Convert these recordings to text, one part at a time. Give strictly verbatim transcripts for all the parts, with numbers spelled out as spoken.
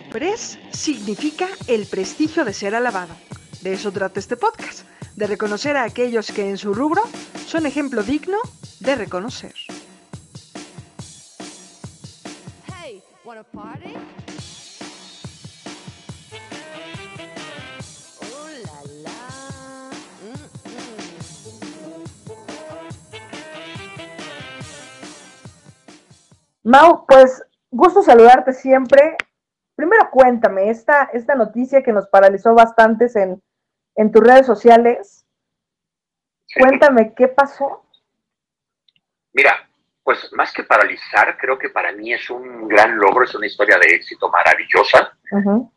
Pres significa el prestigio de ser alabado. De eso trata este podcast, de reconocer a aquellos que en su rubro son ejemplo digno de reconocer. Hey, wanna party? Oh la la. Mau, pues gusto saludarte siempre. Primero cuéntame, esta, esta noticia que nos paralizó bastantes en, en tus redes sociales, cuéntame, ¿qué pasó? Mira, pues más que paralizar, creo que para mí es un gran logro, es una historia de éxito maravillosa. Uh-huh.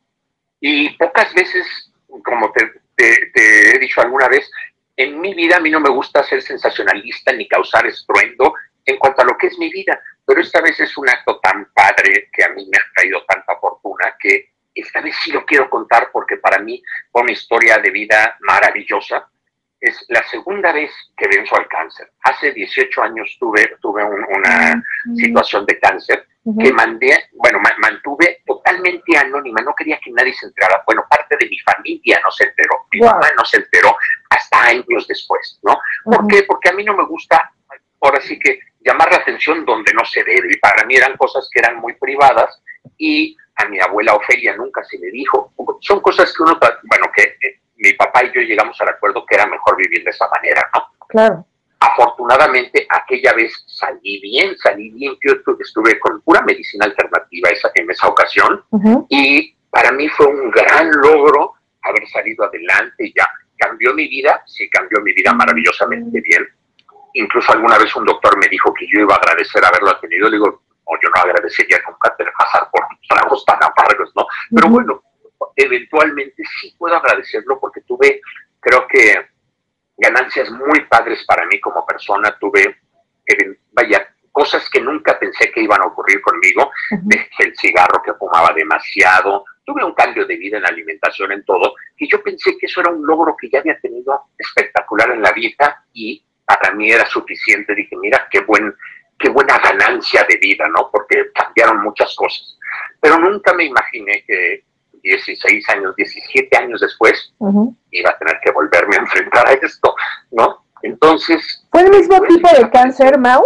Y pocas veces, como te, te, te he dicho alguna vez, en mi vida a mí no me gusta ser sensacionalista ni causar estruendo en cuanto a lo que es mi vida, pero esta vez es un acto tan padre que a mí me ha traído tanta fortuna que esta vez sí lo quiero contar porque para mí fue una historia de vida maravillosa. Es la segunda vez que venzo al cáncer. Hace dieciocho años tuve, tuve un, una uh-huh. situación de cáncer uh-huh. que mandé, bueno, ma- mantuve totalmente anónima, no quería que nadie se enterara. Bueno, parte de mi familia no se enteró, mi wow. mamá no se enteró hasta años después, ¿no? ¿Por uh-huh. qué? Porque a mí no me gusta, ahora sí que llamar la atención donde no se debe. Y para mí eran cosas que eran muy privadas y a mi abuela Ofelia nunca se le dijo. Son cosas que uno, bueno, que eh, mi papá y yo llegamos al acuerdo que era mejor vivir de esa manera, ¿no? Claro. Afortunadamente, aquella vez salí bien, salí bien. Yo estuve con pura medicina alternativa esa, en esa ocasión uh-huh. y para mí fue un gran logro haber salido adelante. Ya cambió mi vida, sí cambió mi vida maravillosamente uh-huh. bien. Incluso alguna vez un doctor me dijo que yo iba a agradecer haberlo tenido. Le digo, oh, yo no agradecería nunca tener que pasar por tragos tan amargos, ¿no? Uh-huh. Pero bueno, eventualmente sí puedo agradecerlo porque tuve, creo que, ganancias muy padres para mí como persona. Tuve, eh, vaya, cosas que nunca pensé que iban a ocurrir conmigo. Uh-huh. Dejé el cigarro que fumaba demasiado. Tuve un cambio de vida en la alimentación, en todo. Y yo pensé que eso era un logro que ya había tenido espectacular en la vida y para mí era suficiente. Dije, mira, qué buen, qué buena ganancia de vida, ¿no? Porque cambiaron muchas cosas. Pero nunca me imaginé que dieciséis años, diecisiete años después, uh-huh. iba a tener que volverme a enfrentar a esto, ¿no? Entonces... ¿Fue el mismo pues, tipo de cáncer, Mau?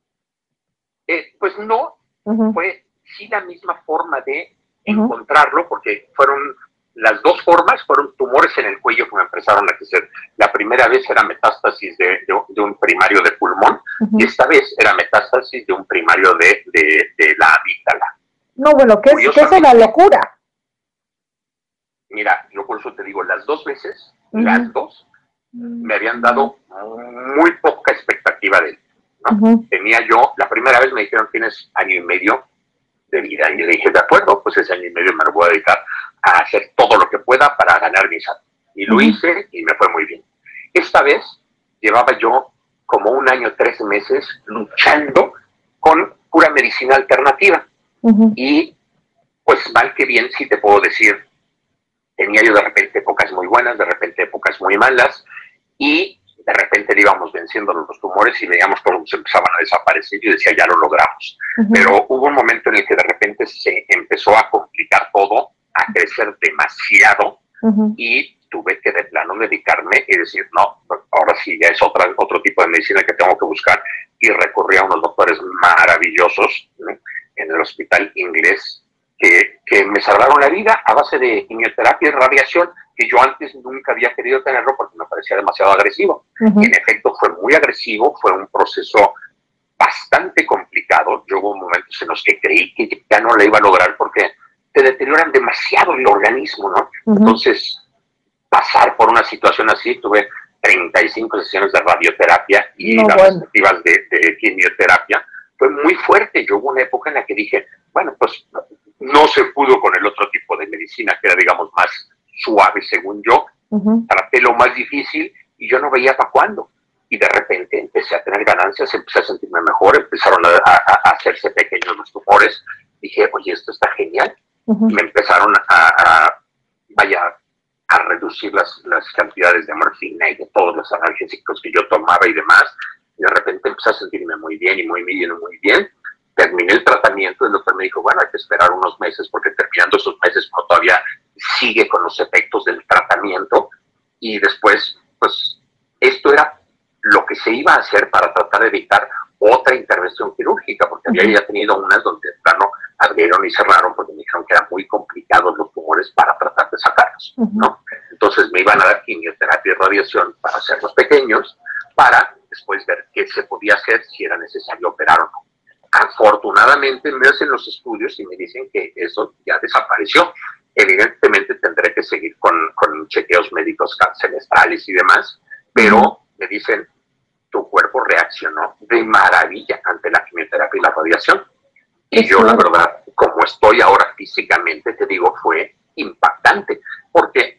Eh, pues no, uh-huh. fue sí la misma forma de uh-huh. encontrarlo, porque fueron... Las dos formas fueron tumores en el cuello que me empezaron a crecer. La primera vez era metástasis de, de, de un primario de pulmón uh-huh. y esta vez era metástasis de un primario de, de, de la amígdala. No, bueno, ¿qué es, ¿qué es una locura? Mira, yo por eso te digo, las dos veces, uh-huh. las dos, me habían dado muy poca expectativa de él, ¿no? Uh-huh. Tenía yo, la primera vez me dijeron, tienes año y medio de vida, y le dije, de acuerdo, pues ese año y medio me lo voy a dedicar a hacer todo lo que pueda para ganar mi salud. Y lo uh-huh. hice y me fue muy bien. Esta vez llevaba yo como un año, tres meses luchando con pura medicina alternativa. Uh-huh. Y pues mal que bien, sí te puedo decir, tenía yo de repente épocas muy buenas, de repente épocas muy malas, y de repente le íbamos venciendo los tumores y veíamos cómo se empezaban a desaparecer y yo decía, ya lo logramos. Uh-huh. Pero hubo un momento en el que de repente se empezó a complicar todo, a crecer demasiado uh-huh. y tuve que de plano dedicarme y decir, no, ahora sí ya es otra, otro tipo de medicina que tengo que buscar, y recurrí a unos doctores maravillosos, ¿no?, en el hospital inglés que, que me salvaron la vida a base de quimioterapia y radiación, que yo antes nunca había querido tenerlo porque me parecía demasiado agresivo. Uh-huh. Y en efecto fue muy agresivo, fue un proceso bastante complicado. Yo hubo momentos en los que creí que ya no lo iba a lograr porque te deterioran demasiado el organismo, ¿no? Uh-huh. Entonces, pasar por una situación así, tuve treinta y cinco sesiones de radioterapia y no, las bueno. respectivas de, de quimioterapia. Fue muy fuerte. Yo hubo una época en la que dije, bueno, pues no se pudo con el otro tipo de medicina, que era, digamos, más suave, según yo. Uh-huh. Traté lo más difícil y yo no veía para cuándo. Y de repente empecé a tener ganancias, empecé a sentirme mejor, empezaron a, a, a hacerse pequeños los tumores. Dije, oye, esto está genial. Uh-huh. Me empezaron a, a, vaya, a reducir las, las cantidades de morfina y de todos los analgésicos que yo tomaba y demás. Y de repente empecé a sentirme muy bien y muy bien y muy bien. Terminé el tratamiento, el doctor me dijo, bueno, hay que esperar unos meses porque terminando esos meses uno todavía sigue con los efectos del tratamiento, y después, pues, esto era lo que se iba a hacer para tratar de evitar otra intervención quirúrgica, porque había ya tenido unas donde, plano, abrieron y cerraron porque me dijeron que eran muy complicados los tumores para tratar de sacarlos, ¿no? Entonces me iban a dar quimioterapia y radiación para hacerlos pequeños, para después ver qué se podía hacer, si era necesario operar o no. Afortunadamente me hacen los estudios y me dicen que eso ya desapareció. Evidentemente tendré que seguir con, con chequeos médicos semestrales y demás, pero me dicen, tu cuerpo reaccionó de maravilla ante la quimioterapia y la radiación. Y yo, la verdad, como estoy ahora físicamente, te digo, fue impactante, porque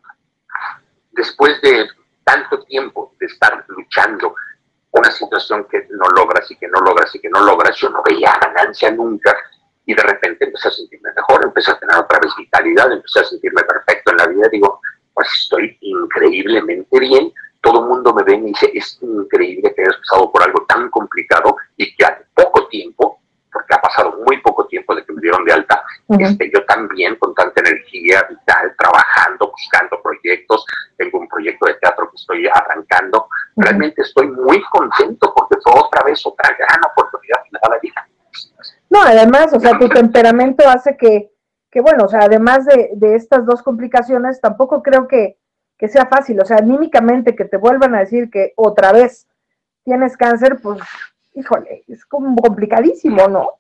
después de tanto tiempo de estar luchando una situación que no logras y que no logras y que no logras, yo no veía ganancia nunca, y de repente empecé a sentirme mejor, empecé a tener otra vez vitalidad, empecé a sentirme perfecto en la vida. Digo, pues estoy increíblemente bien. Todo el mundo me ve y me dice, es increíble que hayas pasado por algo tan complicado y que a poco tiempo, porque ha pasado muy poco tiempo de que me dieron de alta, uh-huh. este, yo también con tanta energía vital, trabajando, buscando proyectos. Tengo un proyecto de teatro que estoy arrancando. Uh-huh. Realmente estoy muy contento porque fue otra vez otra gran oportunidad que me da la vida. No, además, o sea, tu temperamento hace que, que bueno, o sea, además de, de estas dos complicaciones, tampoco creo que que sea fácil, o sea, anímicamente que te vuelvan a decir que otra vez tienes cáncer, pues, híjole, es como complicadísimo, ¿no?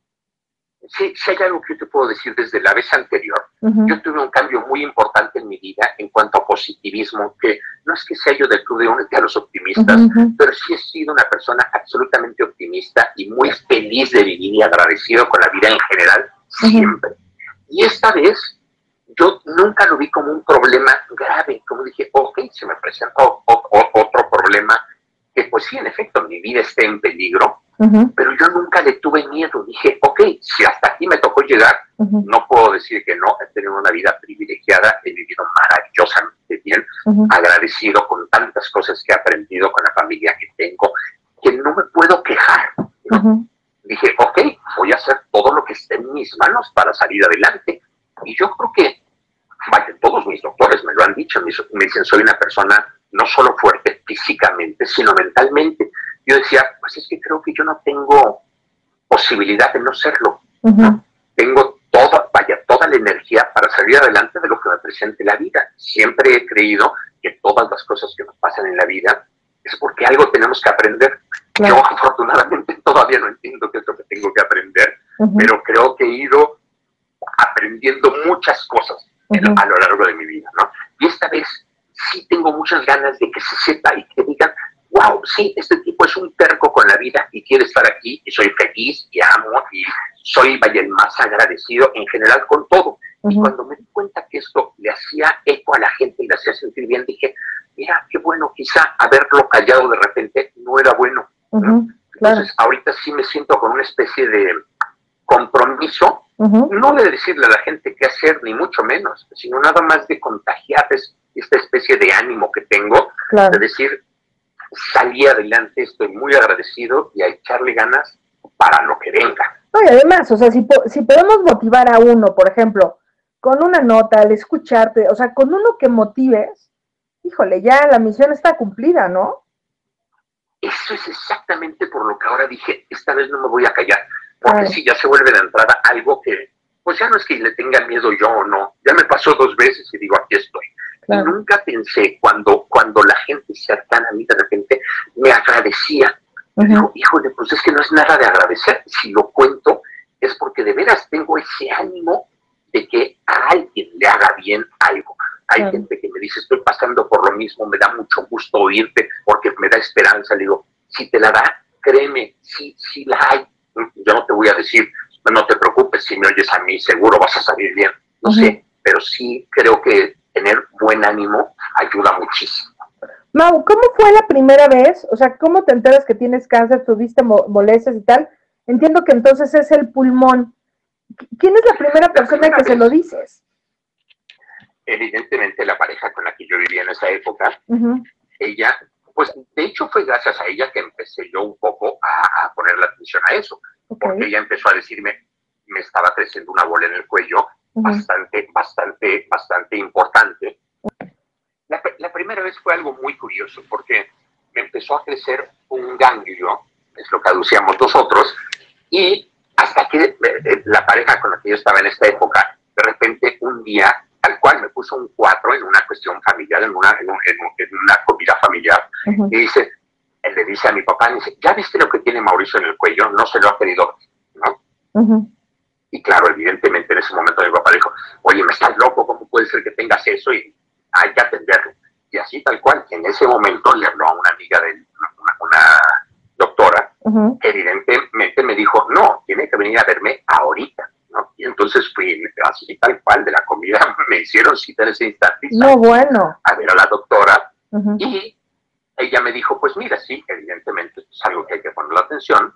Sí, sí hay algo que yo te puedo decir desde la vez anterior. Uh-huh. Yo tuve un cambio muy importante en mi vida en cuanto a positivismo, que no es que sea yo del club de únete a los optimistas, uh-huh. pero sí he sido una persona absolutamente optimista y muy feliz de vivir y agradecido con la vida en general, siempre. Uh-huh. Y esta vez yo nunca lo vi como un problema grave, como dije, ok, se me presentó o, o, otro problema, que pues sí, en efecto, mi vida está en peligro, uh-huh. pero yo nunca le tuve miedo. Dije, ok, si hasta aquí me tocó llegar, uh-huh. no puedo decir que no, he tenido una vida privilegiada, he vivido maravillosamente bien, uh-huh. agradecido con tantas cosas que he aprendido, con la familia que tengo, que no me puedo quejar, ¿no? Uh-huh. Dije, ok, voy a hacer todo lo que esté en mis manos para salir adelante. Y yo creo que, vaya, todos mis doctores me lo han dicho, me dicen, soy una persona no solo fuerte físicamente, sino mentalmente. Yo decía, pues es que creo que yo no tengo posibilidad de no serlo. Uh-huh. ¿no? Tengo toda, vaya, toda la energía para salir adelante de lo que me presente la vida. Siempre he creído que todas las cosas que nos pasan en la vida es porque algo tenemos que aprender. Claro. Yo afortunadamente todavía no entiendo qué es lo que tengo que aprender, uh-huh. pero creo que he ido aprendiendo muchas cosas uh-huh. a lo largo de mi vida, ¿no? Y esta vez sí tengo muchas ganas de que se sepa y que digan, wow, sí, este tipo es un terco con la vida y quiere estar aquí, y soy feliz y amo y soy, vaya, el más agradecido en general con todo. Uh-huh. Y cuando me di cuenta que esto le hacía eco a la gente y le hacía sentir bien, dije, mira, qué bueno, quizá haberlo callado de repente no era bueno, ¿no? Uh-huh. Claro. Entonces, ahorita sí me siento con una especie de compromiso, uh-huh. no de decirle a la gente qué hacer, ni mucho menos, sino nada más de contagiarles esta especie de ánimo que tengo, claro. de decir, salí adelante, estoy muy agradecido y a echarle ganas para lo que venga. No, y además, o sea, si, po si podemos motivar a uno, por ejemplo, con una nota, al escucharte, o sea, con uno que motives, híjole, ya la misión está cumplida, ¿no? Eso es exactamente por lo que ahora dije, esta vez no me voy a callar. Porque si sí, ya se vuelve de entrada algo que, pues ya no es que le tenga miedo yo o no, ya me pasó dos veces y digo, aquí estoy. Claro. Y nunca pensé, cuando, cuando la gente cercana a mí de repente me agradecía, uh-huh. digo, híjole, pues es que no es nada de agradecer, si lo cuento es porque de veras tengo ese ánimo de que a alguien le haga bien algo. Hay claro. gente que me dice, estoy pasando por lo mismo, me da mucho gusto oírte porque me da esperanza. Le digo, si te la da, créeme, sí, sí la hay. Yo no te voy a decir, no te preocupes, si me oyes a mí, seguro vas a salir bien. No uh-huh. sé, pero sí creo que tener buen ánimo ayuda muchísimo. Mau, ¿cómo fue la primera vez? O sea, ¿cómo te enteras que tienes cáncer, tuviste mo molestias y tal? Entiendo que entonces es el pulmón. ¿Quién es la primera la persona primera que vez, se lo dices? Evidentemente la pareja con la que yo vivía en esa época, uh-huh. ella... Pues, de hecho, fue gracias a ella que empecé yo un poco a, a poner la atención a eso. Okay. Porque ella empezó a decirme, me estaba creciendo una bola en el cuello uh-huh. bastante, bastante, bastante importante. La, la primera vez fue algo muy curioso, porque me empezó a crecer un ganglio, es lo que aducíamos nosotros, y hasta que eh, la pareja con la que yo estaba en esta época, de repente un día, tal cual me puso un cuatro en una cuestión familiar, en una, en un, en un, en una comida familiar, uh-huh. y dice, él le dice a mi papá, dice, ¿ya viste lo que tiene Mauricio en el cuello? No se lo ha querido, ¿no? Uh-huh. Y claro, evidentemente en ese momento mi papá dijo, oye, me estás loco, ¿cómo puede ser que tengas eso? Y hay que atenderlo. Y así tal cual, en ese momento le habló a una amiga de una, una doctora, uh-huh. que evidentemente me dijo, no, tiene que venir a verme ahorita, ¿no? Y entonces fui así tal cual, de la comida, me hicieron cita en ese instante. No, bueno. A ver a la doctora, uh-huh. y ella me dijo, pues mira, sí, evidentemente esto es algo que hay que poner la atención,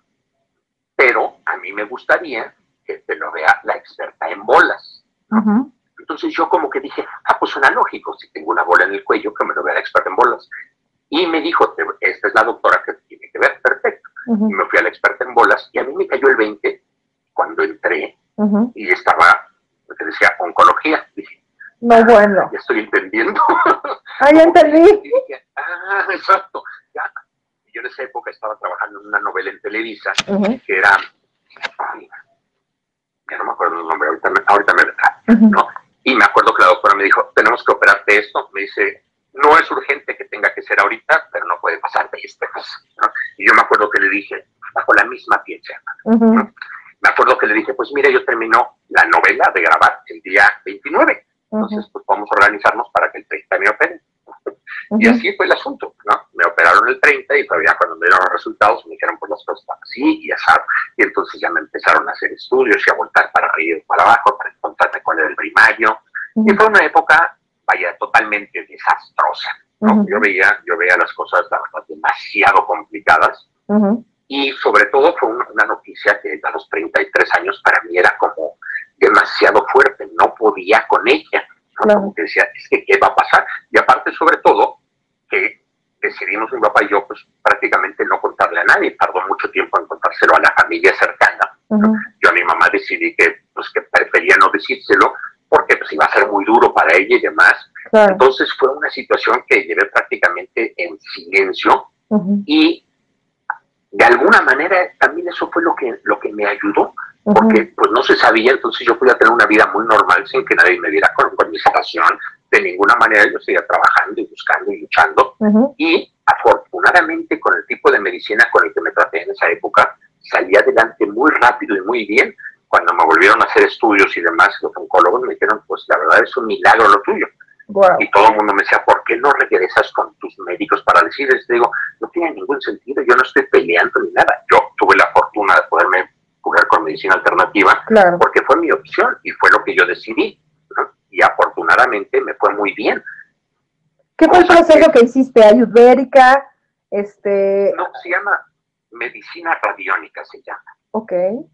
pero a mí me gustaría que te lo vea la experta en bolas, ¿no? Uh-huh. Entonces yo como que dije, ah, pues suena lógico, si tengo una bola en el cuello, que me lo vea la experta en bolas. Y me dijo, esta es la doctora que tiene que ver, perfecto. Uh-huh. Y me fui a la experta en bolas, y a mí me cayó el veinte cuando entré, uh-huh. y estaba, te decía, oncología. Dije, no, bueno. Ya estoy entendiendo. Ah, ya entendí. Y dije, ah, exacto. Ya. Y yo en esa época estaba trabajando en una novela en Televisa, uh-huh. que era, ay, ya no me acuerdo el nombre, ahorita me, ahorita me uh-huh. ¿no? Y me acuerdo que la doctora me dijo, tenemos que operarte esto. Me dice, no es urgente que tenga que ser ahorita, pero no puede pasar de esta cosa, ¿no? Y yo me acuerdo que le dije, bajo la misma pieza, uh-huh. ¿no? Me acuerdo que le dije, pues mira, yo termino la novela de grabar el día veintinueve, uh-huh. entonces pues vamos a organizarnos para que el treinta me operen. Uh-huh. Y así fue el asunto, ¿no? Me operaron el treinta y todavía cuando me dieron los resultados me dijeron, pues las cosas están así y así. Y entonces ya me empezaron a hacer estudios y a voltar para arriba y para abajo para encontrarme con el primario. Uh-huh. Y fue una época, vaya, totalmente desastrosa, ¿no? Uh-huh. Yo veía, yo veía las cosas, la verdad, demasiado complicadas. Uh-huh. Y sobre todo fue una, una noticia que a los treinta y tres años para mí era como demasiado fuerte, no podía con ella. ¿No? Claro. Como que decía, es que ¿qué va a pasar? Y aparte, sobre todo, que decidimos mi papá y yo, pues prácticamente no contarle a nadie. Tardó mucho tiempo en contárselo a la familia cercana. Uh-huh. ¿no? Yo a mi mamá decidí que, pues, que prefería no decírselo porque pues, iba a ser muy duro para ella y demás. Claro. Entonces fue una situación que llevé prácticamente en silencio. Uh-huh. Y de alguna manera también eso fue lo que, lo que me ayudó. Porque pues no se sabía, entonces yo podía tener una vida muy normal sin que nadie me viera con, con mi situación. De ninguna manera yo seguía trabajando y buscando y luchando. Uh-huh. Y afortunadamente con el tipo de medicina con el que me traté en esa época, salí adelante muy rápido y muy bien. Cuando me volvieron a hacer estudios y demás, los oncólogos me dijeron, pues la verdad es un milagro lo tuyo. Wow. Y todo el mundo me decía, ¿por qué no regresas con tus médicos para decirles? Digo, no tiene ningún sentido, yo no estoy peleando ni nada. Yo tuve la fortuna de poderme curar con medicina alternativa, claro. porque fue mi opción y fue lo que yo decidí, ¿no? Y afortunadamente me fue muy bien. ¿Qué fue el proceso que, que hiciste? ¿Ayurvédica? Este... No, se llama medicina radiónica, se llama. Ok.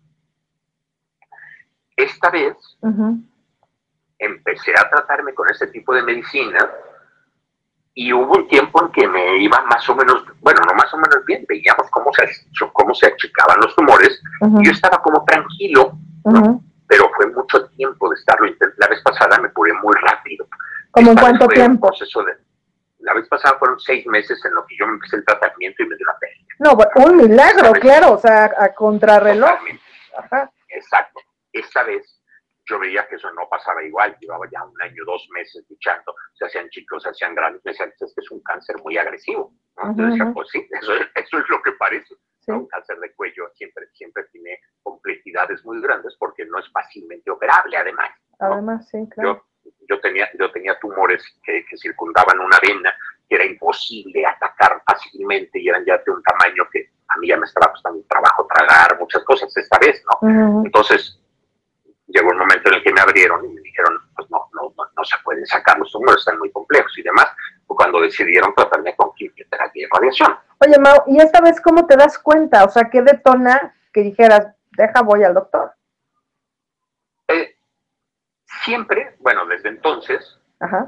Esta vez uh-huh. empecé a tratarme con ese tipo de medicina y hubo un tiempo en que me iba más o menos, bueno, no más o menos bien, veíamos cómo se, cómo se achicaban los tumores, uh-huh. y yo estaba como tranquilo, ¿no? Uh-huh. Pero fue mucho tiempo de estarlo intentando. La vez pasada me curé muy rápido. ¿Cómo en cuánto tiempo? De, la vez pasada fueron seis meses en lo que yo me empecé el tratamiento y me dio una pérdida. No, un milagro, claro, o sea, a contrarreloj. Ajá. Exacto. Esta vez yo veía que eso no pasaba igual, llevaba ya un año, dos meses luchando, se hacían chicos, se hacían grandes, me decían, es que es un cáncer muy agresivo, ¿no? Entonces uh-huh. decía, pues sí, eso, eso es lo que parece, sí. ¿no? Un cáncer de cuello siempre, siempre tiene complejidades muy grandes porque no es fácilmente operable, además, ¿no? Además, sí, claro. Yo, yo, tenía, yo tenía tumores que, que circundaban una vena que era imposible atacar fácilmente y eran ya de un tamaño que a mí ya me estaba costando un trabajo tragar muchas cosas esta vez, ¿no? Uh-huh. Entonces, llegó un momento en el que me abrieron y me dijeron, pues no, no, no, no se pueden sacar, los tumores están muy complejos y demás, fue cuando decidieron tratarme con quimioterapia y radiación. Oye, Mau, ¿y esta vez cómo te das cuenta? O sea, ¿qué detona que dijeras, deja, voy al doctor? Eh, siempre, bueno, desde entonces, ajá.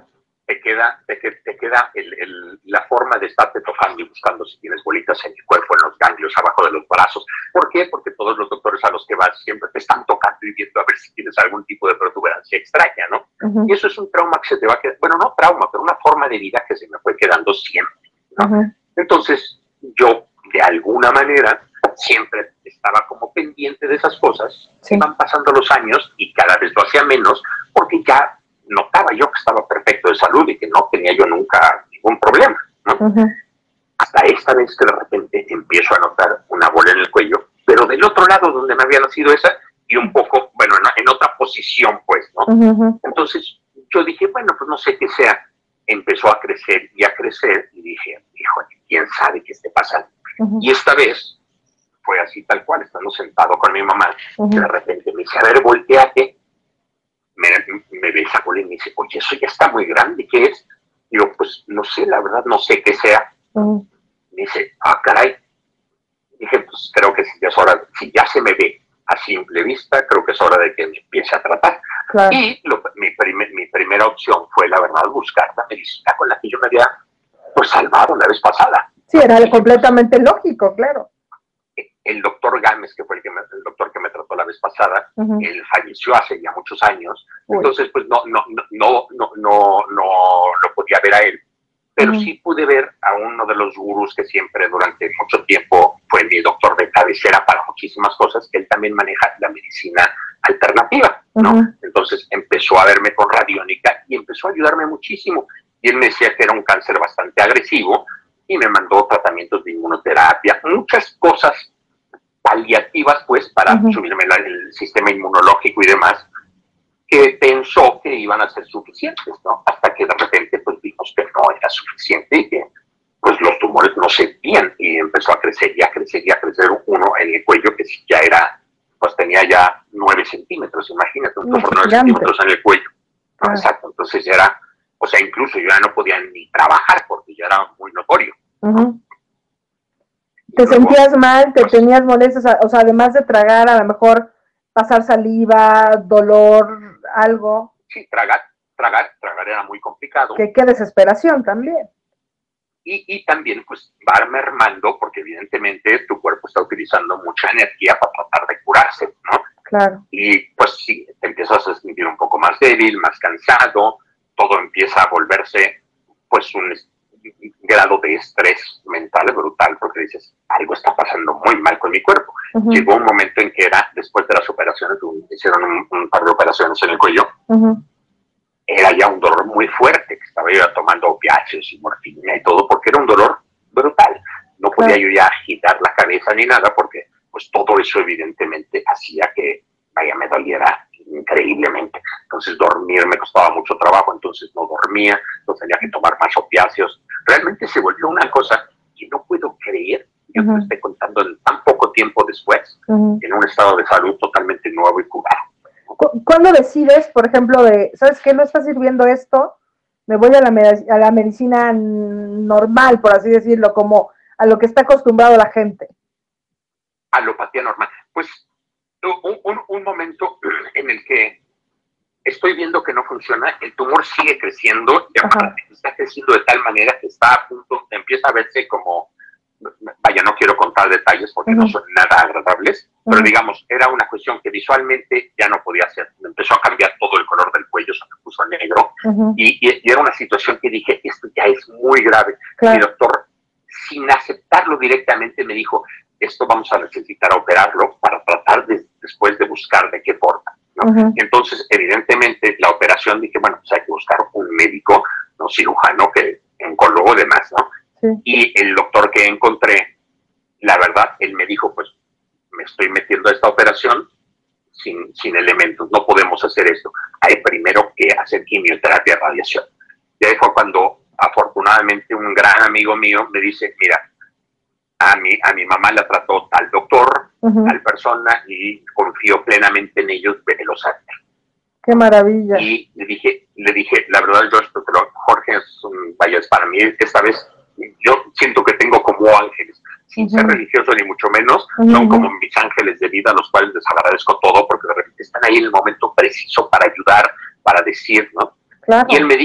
te queda, te, te queda el, el, la forma de estarte tocando y buscando si tienes bolitas en el cuerpo, en los ganglios, abajo de los brazos. ¿Por qué? Porque todos los doctores a los que vas siempre te están tocando y viendo a ver si tienes algún tipo de protuberancia extraña, ¿no? Uh-huh. Y eso es un trauma que se te va a quedar, bueno, no trauma, pero una forma de vida que se me fue quedando siempre, ¿no? Uh-huh. Entonces, yo, de alguna manera, siempre estaba como pendiente de esas cosas. Sí. Iban pasando los años y cada vez lo hacía menos, porque ya notaba yo que estaba perfecto de salud y que no tenía yo nunca ningún problema, ¿no? Uh-huh. Hasta esta vez que de repente empiezo a notar una bola en el cuello, pero del otro lado donde me había nacido esa, y un poco, bueno, en, en otra posición, pues, ¿no? Uh-huh. Entonces yo dije, bueno, pues no sé qué sea. Empezó a crecer y a crecer, y dije, híjole, ¿quién sabe qué esté pasando? Uh-huh. Y esta vez fue así tal cual, estando sentado con mi mamá, uh-huh. de repente me dice, a ver, volteate. Me, me ve esa bola y me dice, oye, eso ya está muy grande, ¿qué es? Digo, pues no sé, la verdad, no sé qué sea. Uh-huh. Me dice, ah, caray. Dije, pues creo que si ya es hora, si ya se me ve a simple vista, creo que es hora de que me empiece a tratar. Claro. Y lo, mi, primer, mi primera opción fue, la verdad, buscar la medicina con la que yo me había pues salvado la vez pasada. Sí, era y, completamente lógico, claro. El doctor Gámez, que fue el, que me, el doctor que me trató la vez pasada, uh-huh. él falleció hace ya muchos años, Uy. entonces pues no, no, no, no, no, no, no lo podía ver a él, pero uh-huh. sí pude ver a uno de los gurús que siempre durante mucho tiempo fue mi doctor de cabecera para muchísimas cosas, que él también maneja la medicina alternativa, ¿no? Uh-huh. Entonces empezó a verme con radiónica y empezó a ayudarme muchísimo, y él me decía que era un cáncer bastante agresivo, y me mandó tratamientos de inmunoterapia, muchas cosas paliativas, pues, para uh-huh. subirme la, el sistema inmunológico y demás, que pensó que iban a ser suficientes, ¿no? Hasta que de repente, pues, vimos que no era suficiente y que, pues, los tumores no se veían y empezó a crecer y a crecer y a crecer uno en el cuello que ya era, pues, tenía ya nueve centímetros, imagínate, un tumor nueve centímetros en el cuello, ¿no? Ah. Exacto, entonces ya era, o sea, incluso yo ya no podía ni trabajar porque ya era muy notorio, ¿no? Uh-huh. ¿Te luego, sentías mal? ¿Te pues, tenías molestias? O sea, además de tragar, a lo mejor pasar saliva, dolor, algo. Sí, tragar, tragar, tragar era muy complicado. Qué, qué desesperación también. Y, y también, pues, va mermando, porque evidentemente tu cuerpo está utilizando mucha energía para tratar de curarse, ¿no? Claro. Y, pues, sí, te empiezas a sentir un poco más débil, más cansado, todo empieza a volverse, pues, un grado de estrés mental brutal, porque dices, algo está pasando muy mal con mi cuerpo. Uh-huh. Llegó un momento en que era, después de las operaciones, hicieron un, un par de operaciones en el cuello, uh-huh. era ya un dolor muy fuerte, que estaba yo tomando opiáceos y morfina y todo, porque era un dolor brutal. No podía uh-huh. yo ya agitar la cabeza ni nada, porque pues todo eso evidentemente hacía que, vaya, me doliera increíblemente. Entonces dormir me costaba mucho trabajo, entonces no dormía, no tenía que tomar más opiáceos. Realmente se volvió una cosa que no puedo creer, yo uh-huh. te estoy contando en tan poco tiempo después, uh-huh. en un estado de salud totalmente nuevo y curado. ¿Cuándo decides, por ejemplo, de, ¿sabes qué? No está sirviendo esto, me voy a la, med- a la medicina normal, por así decirlo, como a lo que está acostumbrado la gente? Alopatía normal. Pues un, un, un momento en el que estoy viendo que no funciona, el tumor sigue creciendo y aparte está creciendo de tal manera que está a punto, empieza a verse como, vaya, no quiero contar detalles porque uh-huh. no son nada agradables, uh-huh. pero digamos, era una cuestión que visualmente ya no podía hacer. Empezó a cambiar todo el color del cuello, se me puso negro, uh-huh. y, y, y era una situación que dije, esto ya es muy grave. Claro. Mi doctor, sin aceptarlo directamente, me dijo, esto vamos a necesitar operarlo para tratar de, después de buscar de qué forma, ¿no? Uh-huh. Entonces, evidentemente, la operación, dije, bueno, pues hay que buscar un médico, no cirujano, que oncólogo, demás, ¿no? Sí. Y el doctor que encontré, la verdad, él me dijo, pues, me estoy metiendo a esta operación sin, sin elementos, no podemos hacer esto. Hay primero que hacer quimioterapia, radiación. Y ahí fue cuando, afortunadamente, un gran amigo mío me dice, mira, a mi, a mi mamá la trató tal doctor, uh-huh. tal persona, y confío plenamente en ellos, vénelos a ver. ¡Qué maravilla! Y le dije, le dije, la verdad, yo esto, pero Jorge, es un, vaya, es para mí, esta vez, yo siento que tengo como ángeles, sin uh-huh. ser religioso ni mucho menos, uh-huh. son como mis ángeles de vida, a los cuales les agradezco todo, porque de repente están ahí en el momento preciso para ayudar, para decir, ¿no? Claro. Y él me dijo,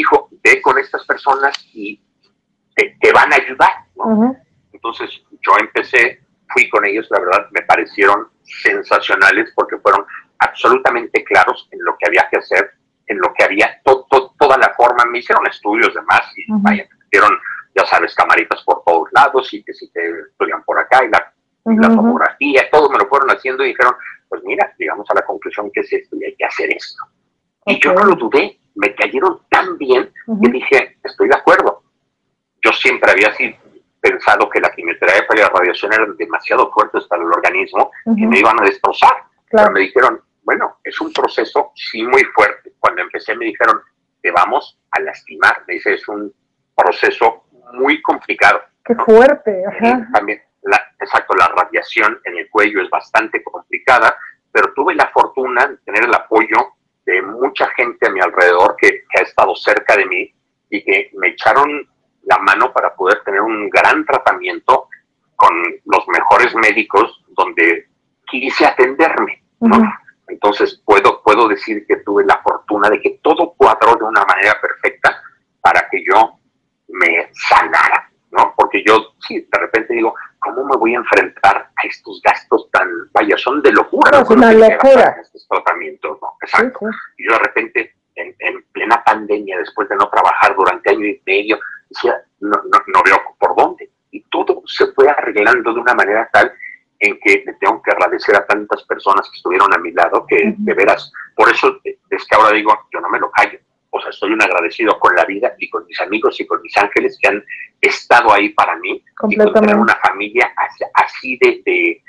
ve con estas personas y te, te van a ayudar, ¿no? Uh-huh. Entonces yo empecé, fui con ellos, la verdad me parecieron sensacionales porque fueron absolutamente claros en lo que había que hacer, en lo que había, to, to, toda la forma, me hicieron estudios de más y uh-huh. vaya, me hicieron, ya sabes, camaritas por todos lados y que si te estudian por acá y la, uh-huh. y la tomografía, todo me lo fueron haciendo y dijeron, pues mira, llegamos a la conclusión que es esto y hay que hacer esto. Okay. Y yo no lo dudé, me cayeron tan bien uh-huh. que dije, estoy de acuerdo. Yo siempre había así pensado que la quimioterapia y la radiación eran demasiado fuertes para el organismo uh-huh. y me iban a destrozar. Claro. Pero me dijeron, bueno, es un proceso sí muy fuerte. Cuando empecé me dijeron, te vamos a lastimar. Me dice, es un proceso muy complicado. Qué fuerte. Ajá. También, la, exacto, la radiación en el cuello es bastante complicada, pero tuve la fortuna de tener el apoyo de mucha gente a mi alrededor que, que ha estado cerca de mí y que me echaron la mano para poder tener un gran tratamiento con los mejores médicos donde quise atenderme, ¿no? Uh-huh. Entonces puedo, puedo decir que tuve la fortuna de que todo cuadró de una manera perfecta para que yo me sanara, ¿no? Porque yo, sí, de repente digo, ¿cómo me voy a enfrentar a estos gastos tan, vaya, son de locura? No, es una locura. Estos tratamientos, ¿no? Exacto. Sí, sí. Y yo de repente, en, en plena pandemia, después de no trabajar durante año y medio, decía, no, no, no veo por dónde. Y todo se fue arreglando de una manera tal en que le tengo que agradecer a tantas personas que estuvieron a mi lado, que uh-huh. de veras, por eso es que ahora digo, yo no me lo callo. O sea, estoy un agradecido con la vida y con mis amigos y con mis ángeles que han estado ahí para mí y con tener una familia así, así de, de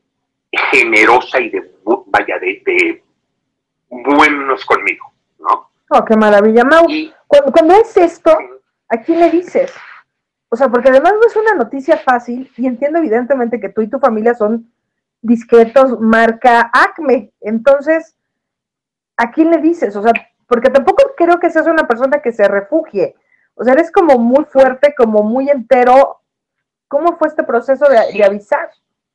generosa y de, vaya, de, de buenos conmigo, ¿no? Oh, qué maravilla, Mau. Y, cuando, cuando es esto, ¿a quién le dices? O sea, porque además no es una noticia fácil y entiendo evidentemente que tú y tu familia son discretos, marca Acme. Entonces, ¿a quién le dices? O sea, porque tampoco creo que seas una persona que se refugie. O sea, eres como muy fuerte, como muy entero. ¿Cómo fue este proceso de, sí. de avisar?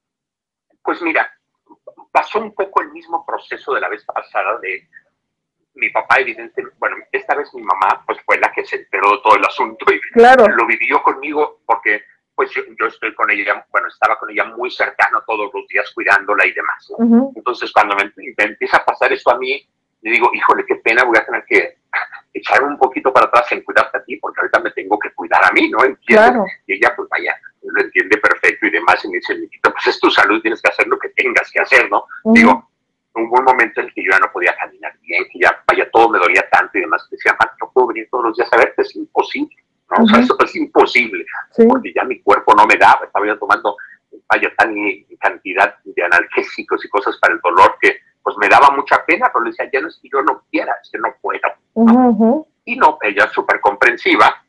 Pues mira, pasó un poco el mismo proceso de la vez pasada de mi papá, evidentemente, bueno, esta vez mi mamá pues fue la que se enteró de todo el asunto y claro. lo vivió conmigo porque pues yo, yo estoy con ella, bueno, estaba con ella muy cercano todos los días cuidándola y demás, ¿no? Uh-huh. Entonces cuando me, me empieza a pasar esto a mí, le digo, híjole, qué pena, voy a tener que echar un poquito para atrás en cuidarte a ti, porque ahorita me tengo que cuidar a mí, ¿no? Claro. Y ella, pues vaya, lo entiende perfecto y demás, y me dice, Miquito, pues es tu salud, tienes que hacer lo que tengas que hacer, ¿no? Uh-huh. Digo, hubo un momento en el que yo ya no podía caminar bien, que ya, vaya, todo me dolía tanto y demás, que decía, man, no puedo venir todos los días a verte, es imposible, ¿no? Uh-huh. O sea, eso es imposible, sí. Porque ya mi cuerpo no me daba, estaba yo tomando, vaya, tan cantidad de analgésicos y cosas para el dolor que pues me daba mucha pena, pero le decía, ya no es que yo no quiera, es que no puedo. ¿No? Uh-huh. Y no, ella súper comprensiva,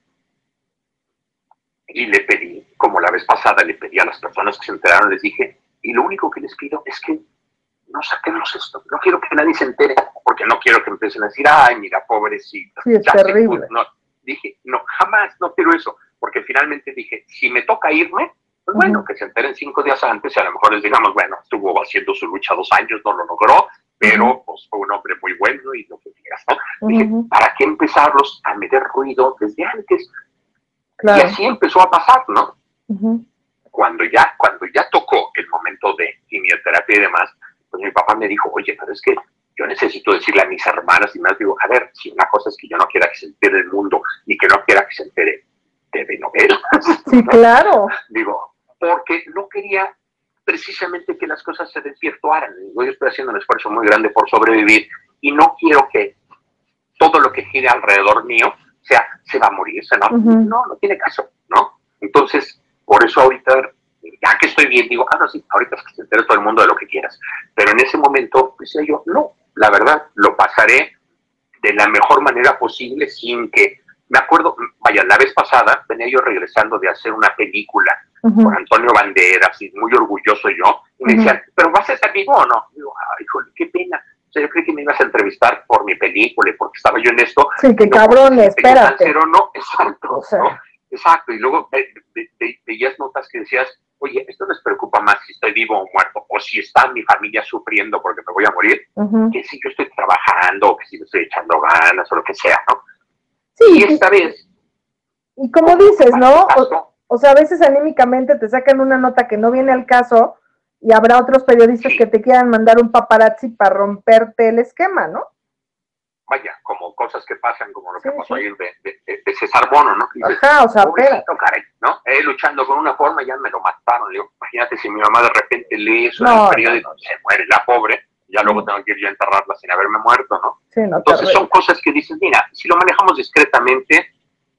y le pedí, como la vez pasada, le pedí a las personas que se enteraron, les dije, y lo único que les pido es que no saquemos esto, no quiero que nadie se entere, porque no quiero que empiecen a decir, ay, mira, pobrecita. Sí, es ya terrible. Se, no, dije, no, jamás, no quiero eso, porque finalmente dije, si me toca irme, pues bueno, uh-huh. que se enteren cinco días antes y a lo mejor les digamos, bueno, estuvo haciendo su lucha dos años, no lo logró, pero uh-huh. pues fue un hombre muy bueno y lo que digas, ¿no? Uh-huh. Dije, ¿para qué empezarlos a meter ruido desde antes? Claro. Y así empezó a pasar, ¿no? Uh-huh. Cuando ya, cuando ya tocó el momento de quimioterapia y demás, pues mi papá me dijo, oye, pero es que yo necesito decirle a mis hermanas y más, digo, a ver, si una cosa es que yo no quiera que se entere el mundo y que no quiera que se entere de novelas. Sí, ¿no? Claro. Digo, porque no quería precisamente que las cosas se desvirtuaran. Yo estoy haciendo un esfuerzo muy grande por sobrevivir y no quiero que todo lo que gire alrededor mío sea, se va a morir, se va, uh-huh. no, no tiene caso, ¿no? Entonces, por eso ahorita, ya que estoy bien, digo, ah, no, sí, ahorita es que se entere todo el mundo de lo que quieras. Pero en ese momento, pues yo, no, la verdad, lo pasaré de la mejor manera posible sin que, me acuerdo, vaya, la vez pasada venía yo regresando de hacer una película uh-huh. con Antonio Banderas y muy orgulloso yo, y me uh-huh. decían, ¿pero vas a estar vivo o no? Y digo, ay, híjole, qué pena. O sea, yo creí que me ibas a entrevistar por mi película y porque estaba yo en esto. Sí, que no, cabrón, espérate. Cero, no, exacto, o sea. ¿no? Exacto, y luego ve, ve, ve, veías notas que decías, oye, esto les preocupa más si estoy vivo o muerto, o si está mi familia sufriendo porque me voy a morir, uh-huh. que si yo estoy trabajando, o que si me estoy echando ganas, o lo que sea, ¿no? Sí, y esta vez... Y como dices, ¿no? O, Caso, o sea, a veces anímicamente te sacan una nota que no viene al caso y habrá otros periodistas sí. que te quieran mandar un paparazzi para romperte el esquema, ¿no? Vaya, como cosas que pasan, como lo que Sí, pasó sí. ayer de, de, de César Bono, ¿no? Y dices, Ajá, o sea, pobrecito, caray, ¿no? Él luchando con una forma, ya me lo mataron. Le digo, imagínate si mi mamá de repente lee eso en No, el periódico, no, no. se muere la pobre, ya luego Sí. tengo que ir yo a enterrarla sin haberme muerto, ¿no? Sí, no, Entonces terrible. son cosas que dices, mira, si lo manejamos discretamente,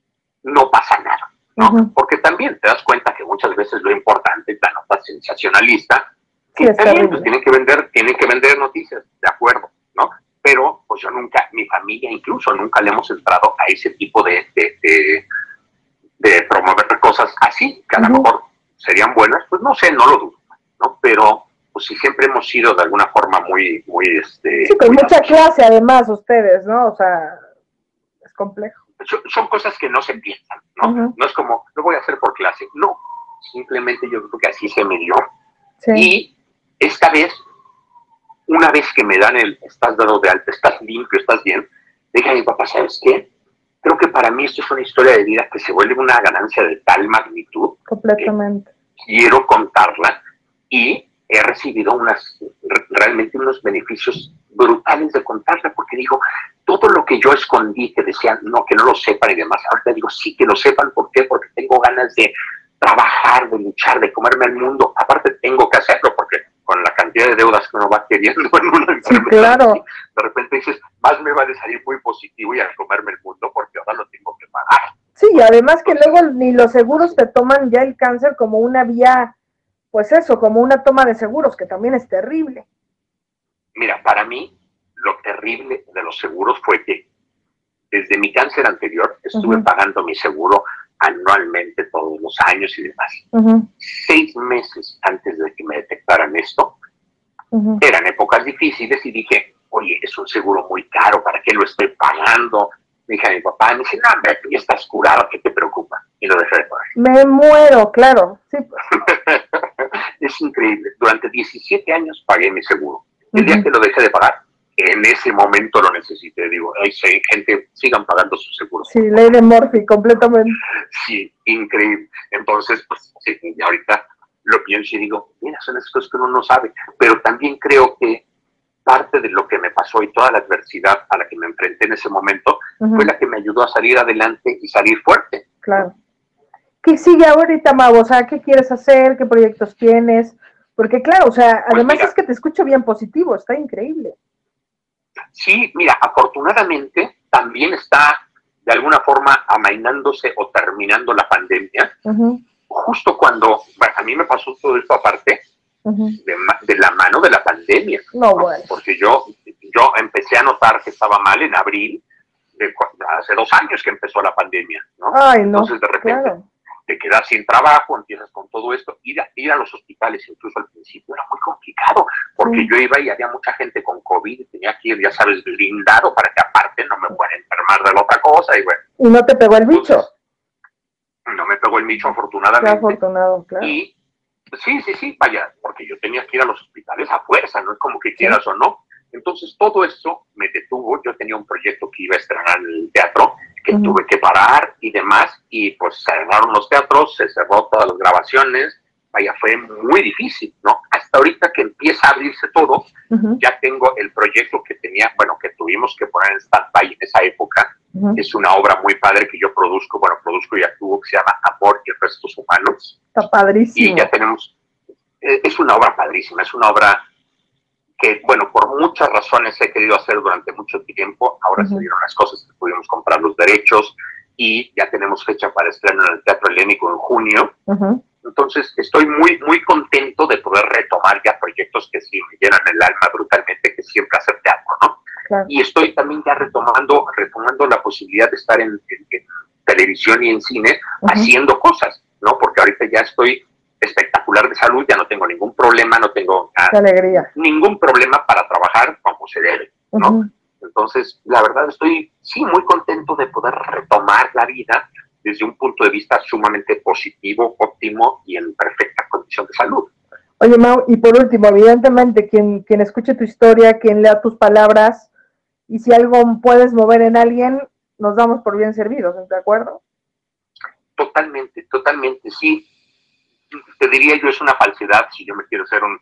no pasa nada, ¿no? Ujú. Porque también te das cuenta que muchas veces lo importante es la nota sensacionalista, Sí, que es está bien, terrible. pues tienen que vender, tienen que vender noticias, de acuerdo, ¿no? Pero pues yo nunca, mi familia incluso, nunca le hemos entrado a ese tipo de, de, de, de promover cosas así, que a lo Ujú. mejor serían buenas, pues no sé, no lo dudo, ¿no? Pero pues sí, siempre hemos sido de alguna forma muy, muy, este... Sí, con mucha cuidadosos. clase además ustedes, ¿no? O sea, es complejo. Son, son cosas que no se piensan, ¿no? Ujú. No es como, lo voy a hacer por clase, no, simplemente yo creo que así se me dio. Sí. Y esta vez, una vez que me dan el, estás dado de alta, estás limpio, estás bien, dije a mi papá, ¿sabes qué? Creo que para mí esto es una historia de vida que se vuelve una ganancia de tal magnitud Completamente. que quiero contarla y he recibido unas, realmente unos beneficios brutales de contarla, porque digo, todo lo que yo escondí, que decían, no, que no lo sepan y demás, ahorita digo, sí, que lo sepan, ¿por qué? Porque tengo ganas de trabajar, de luchar, de comerme el mundo, aparte tengo que hacerlo, porque con la cantidad de deudas que uno va queriendo en una enfermedad, Sí, claro. así, de repente dices, más me va a salir muy positivo y a comerme el mundo, porque ahora lo tengo que pagar. Sí, y además que luego ni los seguros te toman ya el cáncer como una vía, pues eso, como una toma de seguros, que también es terrible. Mira, para mí, lo terrible de los seguros fue que desde mi cáncer anterior estuve Uh-huh. pagando mi seguro anualmente todos los años y demás. Uh-huh. Seis meses antes de que me detectaran esto, Uh-huh. eran épocas difíciles y dije, oye, es un seguro muy caro, ¿para qué lo estoy pagando? Me dije a mi papá, me dice, no, hombre, tú ya estás curado, ¿qué te preocupa? Y lo dejé de pagar. Me muero, claro. Sí, pues. Es increíble. Durante diecisiete años pagué mi seguro. El día Uh-huh. que lo dejé de pagar, en ese momento lo necesité. Digo, ay, sí, gente, sigan pagando sus seguros. Sí, ley de Murphy, completamente. Sí, increíble. Entonces, pues, sí, y ahorita lo pienso y digo, mira, son esas cosas que uno no sabe. Pero también creo que parte de lo que me pasó y toda la adversidad a la que me enfrenté en ese momento Uh-huh. fue la que me ayudó a salir adelante y salir fuerte. Claro. ¿Qué sigue ahorita, Mau? O sea, ¿qué quieres hacer? ¿Qué proyectos tienes? Porque claro, o sea, Pues además mira, es que te escucho bien positivo, está increíble. sí, mira, afortunadamente también está de alguna forma amainándose o terminando la pandemia, Uh-huh. justo cuando, bueno, a mí me pasó todo esto aparte Uh-huh. de, de la mano de la pandemia, No, bueno. porque yo, yo empecé a notar que estaba mal en abril, de, hace dos años que empezó la pandemia, ¿no? Ay, no, Entonces de repente claro. te quedas sin trabajo, empiezas con todo esto, ir a, ir a los hospitales incluso al principio era muy complicado, porque Sí. yo iba y había mucha gente con COVID y tenía que ir, ya sabes, blindado para que aparte no me fuera a enfermar de la otra cosa, y bueno. Y no te pegó el bicho. Entonces, no me pegó el bicho Qué afortunadamente. afortunado, claro. Y sí, sí, sí, vaya, porque yo tenía que ir a los hospitales a fuerza, no es como que quieras o no. Entonces todo esto me detuvo, yo tenía un proyecto que iba a estrenar en el teatro, que Ujú. tuve que parar y demás, y pues cerraron los teatros, se cerró todas las grabaciones, vaya, fue muy difícil, ¿no? Hasta ahorita que empieza a abrirse todo, Ujú. ya tengo el proyecto que tenía, bueno, que tuvimos que poner en stand-by en esa época, Ujú. es una obra muy padre que yo produzco, bueno, produzco y actúo, que se llama Amor y Restos Humanos, Está y padrísimo. ya tenemos, eh, es una obra padrísima, es una obra que, bueno, por muchas razones he querido hacer durante mucho tiempo, ahora Ujú. se dieron las cosas que pudimos comprar los derechos y ya tenemos fecha para estreno en el Teatro Helénico en junio. Ujú. Entonces estoy muy, muy contento de poder retomar ya proyectos que sí me llenan el alma brutalmente, que siempre hacer teatro, ¿no? Claro. Y estoy también ya retomando, retomando la posibilidad de estar en, en, en televisión y en cine Ujú. haciendo cosas, ¿no? Porque ahorita ya estoy espectacular de salud, ya no tengo ningún problema, no tengo Qué ah, alegría. ningún problema para trabajar como se debe, ¿no? Ujú. Entonces, la verdad estoy, sí, muy contento de poder retomar la vida desde un punto de vista sumamente positivo, óptimo y en perfecta condición de salud. Oye, Mau, y por último, evidentemente, quien, quien escuche tu historia, quien lea tus palabras, y si algo puedes mover en alguien, nos damos por bien servidos, ¿de acuerdo? Totalmente, totalmente, sí. Te diría yo, es una falsedad si yo me quiero ser un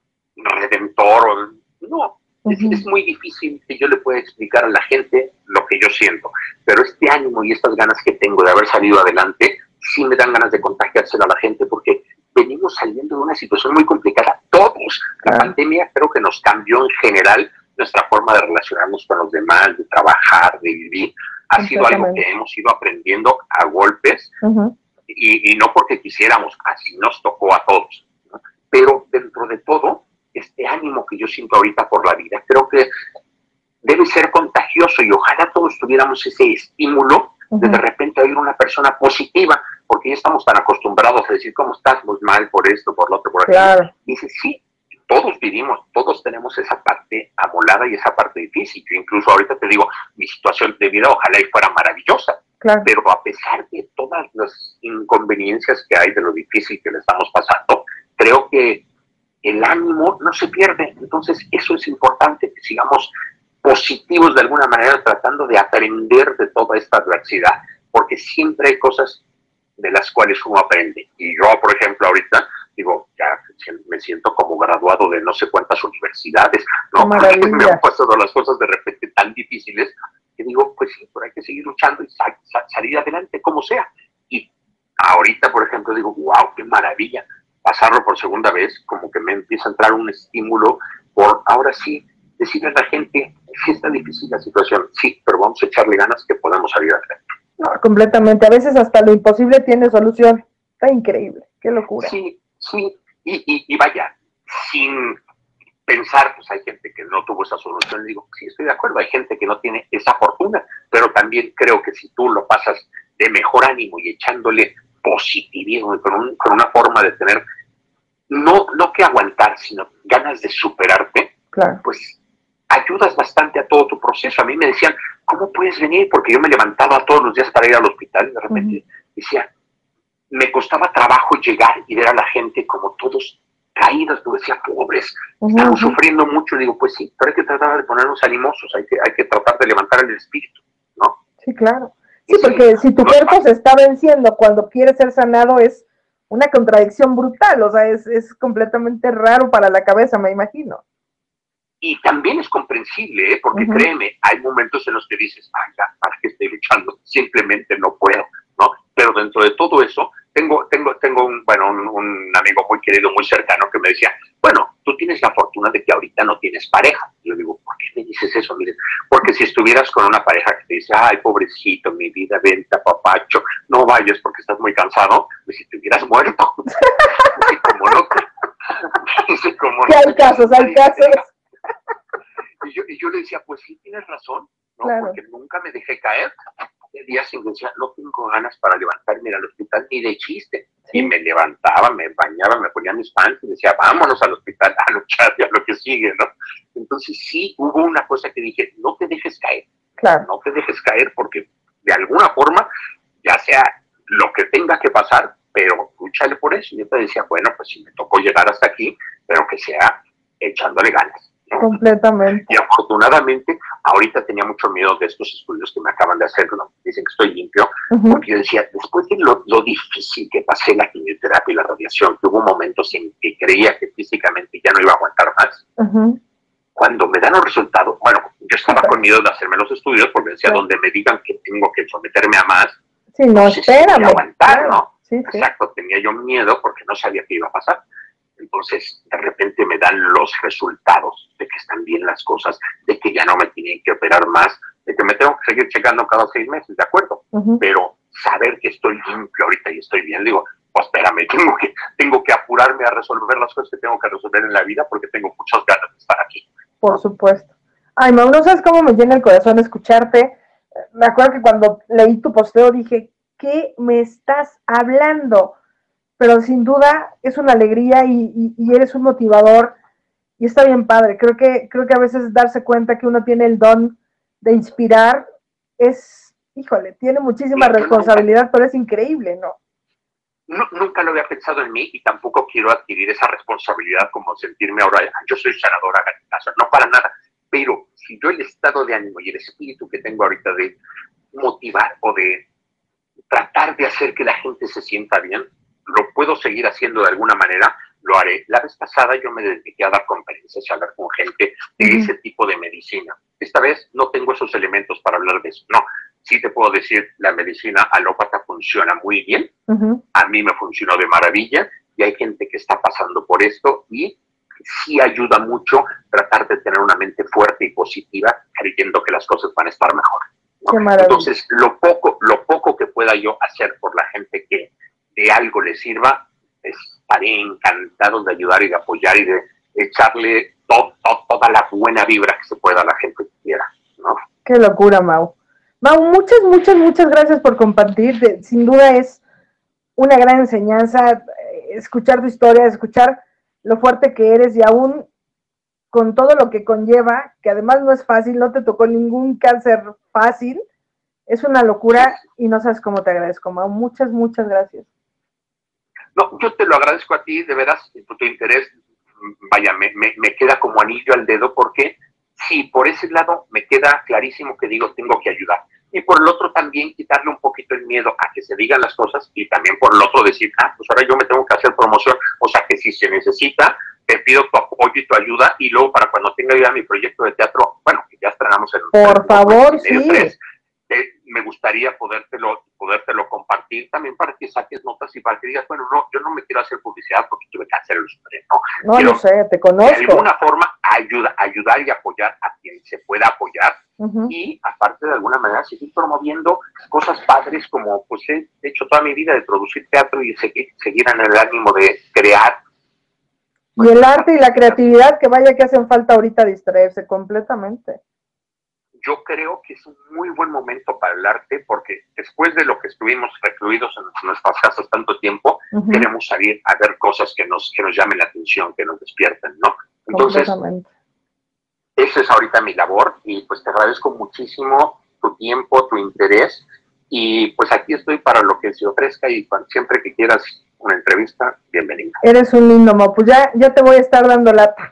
redentor o... No, uh-huh. es, es muy difícil que yo le pueda explicar a la gente lo que yo siento, pero este ánimo y estas ganas que tengo de haber salido adelante, sí me dan ganas de contagiárselo a la gente, porque venimos saliendo de una situación muy complicada, todos. La uh-huh. pandemia creo que nos cambió en general nuestra forma de relacionarnos con los demás, de trabajar, de vivir. Ha sido algo que hemos ido aprendiendo a golpes, uh-huh. y, y no porque quisiéramos, así nos tocó a todos, ¿no? Pero dentro de todo, este ánimo que yo siento ahorita por la vida, creo que debe ser contagioso, y ojalá todos tuviéramos ese estímulo uh-huh. de de repente oír una persona positiva, porque ya estamos tan acostumbrados a decir, ¿cómo estás? Muy mal por esto, por lo otro, por aquello. Claro. Y dices, sí, todos vivimos, todos tenemos esa parte amolada y esa parte difícil. Yo incluso ahorita te digo, mi situación de vida ojalá y fuera maravillosa, claro. pero a pesar de todas las inconveniencias que hay, de lo difícil que le estamos pasando, creo que el ánimo no se pierde. Entonces eso es importante, que sigamos positivos de alguna manera, tratando de aprender de toda esta adversidad, porque siempre hay cosas de las cuales uno aprende. Y yo, por ejemplo, ahorita digo, ya me siento como graduado de no sé cuántas universidades, ¿no? Me han pasado las cosas de repente tan difíciles que digo, pues sí, pero hay que seguir luchando y sal, sal, salir adelante como sea. Y ahorita, por ejemplo, digo, wow, qué maravilla pasarlo por segunda vez, como que me empieza a entrar un estímulo por, ahora sí, decirle a la gente, sí está difícil la situación, sí, pero vamos a echarle ganas que podamos salir adelante. No, completamente. A veces hasta lo imposible tiene solución. Está increíble, qué locura. Sí. Sí, y, y, y vaya, sin pensar, pues hay gente que no tuvo esa solución, le digo, sí, estoy de acuerdo, hay gente que no tiene esa fortuna, pero también creo que si tú lo pasas de mejor ánimo y echándole positivismo, con, un, con una forma de tener, no, no que aguantar, sino ganas de superarte, claro. pues ayudas bastante a todo tu proceso. A mí me decían, ¿cómo puedes venir? Porque yo me levantaba todos los días para ir al hospital y de repente uh-huh. decía, me costaba trabajo llegar y ver a la gente como todos caídos, yo decía, pobres, uh-huh. estamos sufriendo mucho. Digo, pues sí, pero hay que tratar de ponernos animosos, hay que, hay que tratar de levantar el espíritu, ¿no? Sí, claro. Sí, sí porque si tu no cuerpo se está venciendo cuando quiere ser sanado, es una contradicción brutal, o sea, es, es completamente raro para la cabeza, me imagino. Y también es comprensible, ¿eh? Porque uh-huh. créeme, hay momentos en los que dices, ay, ya, ¿para qué estoy luchando? Simplemente no puedo, ¿no? Pero dentro de todo eso, tengo, tengo, tengo un, bueno, un, un amigo muy querido, muy cercano, que me decía, bueno, tú tienes la fortuna de que ahorita no tienes pareja. Y yo digo, ¿por qué me dices eso? Mire, porque si estuvieras con una pareja que te dice, ay, pobrecito, mi vida, vente, papacho, no vayas porque estás muy cansado, pues si te hubieras muerto. Y como no, y como sí, hay casos, hay casos. Y yo, y yo le decía, pues sí, tienes razón, ¿no? Claro. Porque nunca me dejé caer. De días sin decía, no tengo ganas para levantarme al hospital ni de chiste. Sí. Y me levantaba, me bañaba, me ponía mis pants y decía, vámonos al hospital a luchar y a lo que sigue, ¿no? Entonces sí hubo una cosa que dije, no te dejes caer. Claro. No te dejes caer porque de alguna forma, ya sea lo que tenga que pasar, pero lúchale por eso. Y yo te decía, bueno, pues si me tocó llegar hasta aquí, pero que sea echándole ganas, ¿no? Completamente. Y afortunadamente, ahorita tenía mucho miedo de estos estudios que me acaban de hacer, ¿no? Dicen que estoy limpio, uh-huh. porque yo decía, después de lo, lo difícil que pasé la quimioterapia y la radiación, que hubo momentos en que creía que físicamente ya no iba a aguantar más, uh-huh. cuando me dan los resultados, bueno, yo estaba okay. con miedo de hacerme los estudios, porque decía, sí. donde me digan que tengo que someterme a más, sí, no, no sé espérame. Si aguantar, claro. ¿no? Sí, sí. Exacto, tenía yo miedo porque no sabía qué iba a pasar. Entonces, de repente me dan los resultados de que están bien las cosas, de que ya no me tienen que operar más, de que me tengo que seguir checando cada seis meses, ¿de acuerdo? Uh-huh. Pero saber que estoy limpio ahorita y estoy bien, digo, pues espérame, tengo que, tengo que apurarme a resolver las cosas que tengo que resolver en la vida porque tengo muchas ganas de estar aquí. Por supuesto. Ay, Mau, no sabes cómo me llena el corazón escucharte. Me acuerdo que cuando leí tu posteo dije, ¿qué me estás hablando? Pero sin duda es una alegría y, y, y eres un motivador y está bien padre. Creo que, creo que a veces darse cuenta que uno tiene el don de inspirar es, híjole, tiene muchísima responsabilidad, pero es increíble, ¿no? No, nunca lo había pensado en mí y tampoco quiero adquirir esa responsabilidad como sentirme ahora, yo soy sanadora, no para nada, pero si yo el estado de ánimo y el espíritu que tengo ahorita de motivar o de tratar de hacer que la gente se sienta bien, lo puedo seguir haciendo de alguna manera, lo haré. La vez pasada yo me dediqué a dar conferencias, a hablar con gente de uh-huh. ese tipo de medicina. Esta vez no tengo esos elementos para hablar de eso. No, sí te puedo decir, la medicina alópata funciona muy bien. Uh-huh. A mí me funcionó de maravilla y hay gente que está pasando por esto y sí ayuda mucho tratar de tener una mente fuerte y positiva, creyendo que las cosas van a estar mejor, ¿no? Entonces, lo poco, lo poco que pueda yo hacer por la gente que de algo le sirva, estaré encantado de ayudar y de apoyar y de echarle to, to, toda la buena vibra que se pueda a la gente que quiera, ¿no? Qué locura, Mau. Mau, muchas, muchas, muchas gracias por compartir. Sin duda es una gran enseñanza escuchar tu historia, escuchar lo fuerte que eres y aún con todo lo que conlleva, que además no es fácil, no te tocó ningún cáncer fácil, es una locura y no sabes cómo te agradezco, Mau. Muchas, muchas gracias. No, yo te lo agradezco a ti, de veras, tu, tu interés, vaya, me, me, me queda como anillo al dedo, porque sí, por ese lado me queda clarísimo que digo, tengo que ayudar. Y por el otro también quitarle un poquito el miedo a que se digan las cosas y también por el otro decir, ah, pues ahora yo me tengo que hacer promoción, o sea que si se necesita, te pido tu apoyo y tu ayuda y luego para cuando tenga ya mi proyecto de teatro, bueno, que ya estrenamos el... Por el, favor, el, sí. tres, eh, me gustaría podértelo, podértelo compartir también para que saques notas y para que digas, bueno, no, yo no me quiero hacer publicidad porque tuve cáncer, ¿no? No, quiero, no sé, te conozco. De alguna forma ayuda, ayudar y apoyar a quien se pueda apoyar. Uh-huh. Y aparte de alguna manera seguir promoviendo cosas padres como pues he hecho toda mi vida de producir teatro y seguir, seguir en el ánimo de crear. Y el arte y la creatividad que vaya que hacen falta ahorita distraerse completamente. Yo creo que es un muy buen momento para el arte porque después de lo que estuvimos recluidos en nuestras casas tanto tiempo, uh-huh. queremos salir a ver cosas que nos, que nos llamen la atención, que nos despierten, ¿no? Entonces, esa es ahorita mi labor y pues te agradezco muchísimo tu tiempo, tu interés y pues aquí estoy para lo que se ofrezca y cuando, siempre que quieras una entrevista, bienvenida. Eres un lindo, Mau, pues ya, ya te voy a estar dando lata.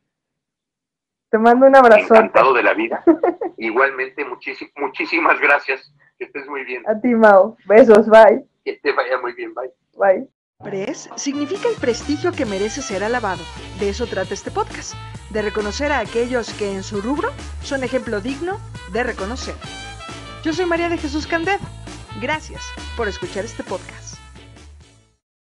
Te mando un abrazo. Encantado de la vida. Igualmente, muchísimas, muchísimas gracias. Que estés muy bien. A ti, Mau. Besos, bye. Que te vaya muy bien, bye. Bye. Pres significa el prestigio que merece ser alabado. De eso trata este podcast, de reconocer a aquellos que en su rubro son ejemplo digno de reconocer. Yo soy María de Jesús Candedo. Gracias por escuchar este podcast.